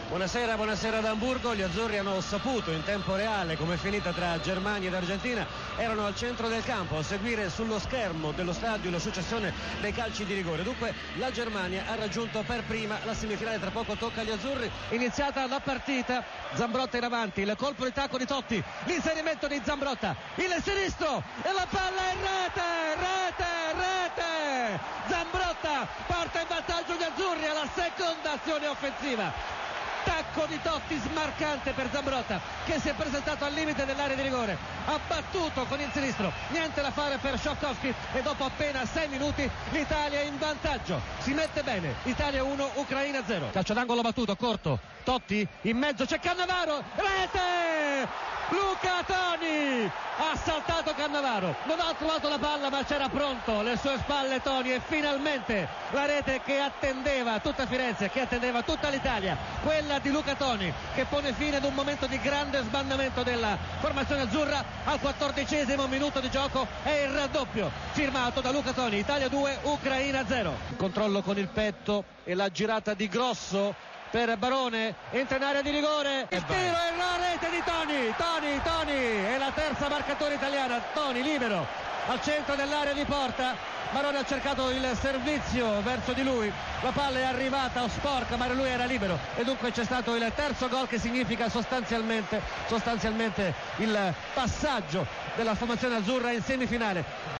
Buonasera, buonasera da Amburgo. Gli azzurri hanno saputo in tempo reale come è finita tra Germania ed Argentina. Erano al centro del campo a seguire sullo schermo dello stadio la successione dei calci di rigore. Dunque la Germania ha raggiunto per prima la semifinale, tra poco tocca agli azzurri. Iniziata la partita, Zambrotta in avanti, il colpo di tacco di Totti, l'inserimento di Zambrotta, il sinistro e la palla in rete! Zambrotta porta in vantaggio gli azzurri alla seconda azione offensiva. Tacco di Totti smarcante per Zambrotta, che si è presentato al limite dell'area di rigore, ha battuto con il sinistro, niente da fare per Sciocchowski, e dopo appena 6 minuti l'Italia è in vantaggio, si mette bene, Italia 1 Ucraina 0. Calcio d'angolo battuto, corto, Totti in mezzo, c'è Cannavaro, rete! Luca Toni ha saltato Cannavaro, non ha trovato la palla ma c'era pronto alle sue spalle Toni, e finalmente la rete che attendeva tutta Firenze, che attendeva tutta l'Italia, quella di Luca Toni, che pone fine ad un momento di grande sbandamento della formazione azzurra. Al 14° minuto di gioco è il raddoppio firmato da Luca Toni. Italia 2 Ucraina 0. Controllo con il petto e la girata di Grosso per Barone, entra in area di rigore, il tiro e la rete di Toni, è la terza marcatura italiana. Toni libero al centro dell'area di porta, Barone ha cercato il servizio verso di lui, la palla è arrivata sporca ma lui era libero, e dunque c'è stato il terzo gol, che significa sostanzialmente il passaggio della formazione azzurra in semifinale.